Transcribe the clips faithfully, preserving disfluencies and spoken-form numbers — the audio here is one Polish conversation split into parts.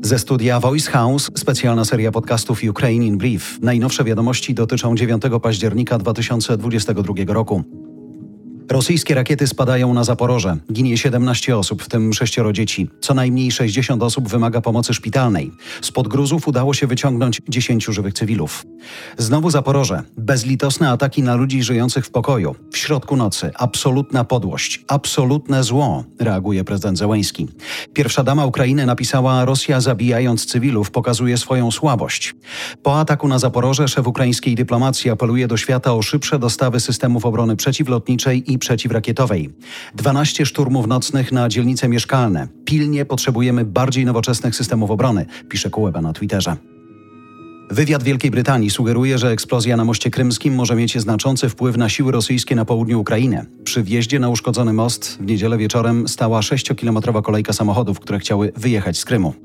Ze studia Voice House specjalna seria podcastów Ukraine in Brief. Najnowsze wiadomości dotyczą dziewiątego października dwa tysiące dwudziestego drugiego roku. Rosyjskie rakiety spadają na Zaporoże. Ginie siedemnaście osób, w tym sześcioro dzieci. Co najmniej sześćdziesiąt osób wymaga pomocy szpitalnej. Spod gruzów udało się wyciągnąć dziesięciu żywych cywilów. Znowu Zaporoże. Bezlitosne ataki na ludzi żyjących w pokoju. W środku nocy. Absolutna podłość. Absolutne zło, reaguje prezydent Zełenski. Pierwsza dama Ukrainy napisała: Rosja, zabijając cywilów, pokazuje swoją słabość. Po ataku na Zaporoże szef ukraińskiej dyplomacji apeluje do świata o szybsze dostawy systemów obrony przeciwlotniczej i przeciwrakietowej. dwanaście szturmów nocnych na dzielnice mieszkalne. Pilnie potrzebujemy bardziej nowoczesnych systemów obrony, pisze Kuleba na Twitterze. Wywiad Wielkiej Brytanii sugeruje, że eksplozja na moście krymskim może mieć znaczący wpływ na siły rosyjskie na południu Ukrainy. Przy wjeździe na uszkodzony most w niedzielę wieczorem stała sześciokilometrowa kolejka samochodów, które chciały wyjechać z Krymu.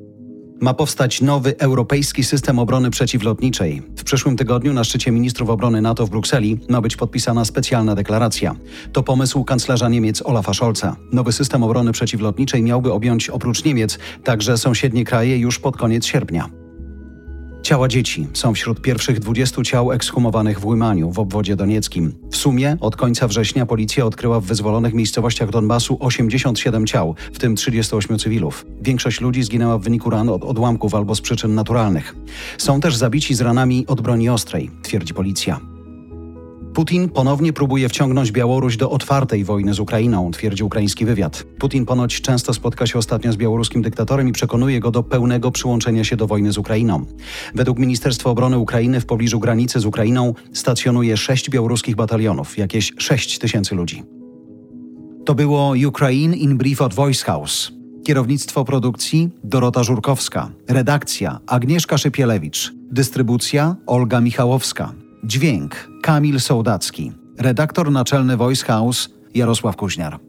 Ma powstać nowy europejski system obrony przeciwlotniczej. W przyszłym tygodniu na szczycie ministrów obrony NATO w Brukseli ma być podpisana specjalna deklaracja. To pomysł kanclerza Niemiec Olafa Scholza. Nowy system obrony przeciwlotniczej miałby objąć oprócz Niemiec także sąsiednie kraje już pod koniec sierpnia. Ciała dzieci są wśród pierwszych dwudziestu ciał ekshumowanych w Łymaniu, w obwodzie donieckim. W sumie od końca września policja odkryła w wyzwolonych miejscowościach Donbasu osiemdziesiąt siedem ciał, w tym trzydziestu ośmiu cywilów. Większość ludzi zginęła w wyniku ran od odłamków albo z przyczyn naturalnych. Są też zabici z ranami od broni ostrej, twierdzi policja. Putin ponownie próbuje wciągnąć Białoruś do otwartej wojny z Ukrainą, twierdzi ukraiński wywiad. Putin ponoć często spotka się ostatnio z białoruskim dyktatorem i przekonuje go do pełnego przyłączenia się do wojny z Ukrainą. Według Ministerstwa Obrony Ukrainy w pobliżu granicy z Ukrainą stacjonuje sześć białoruskich batalionów, jakieś sześć tysięcy ludzi. To było Ukraine in Brief od Voice House. Kierownictwo produkcji Dorota Żurkowska. Redakcja Agnieszka Szypielewicz. Dystrybucja Olga Michałowska. Dźwięk Kamil Sołdacki. Redaktor naczelny Voice House Jarosław Kuźniar.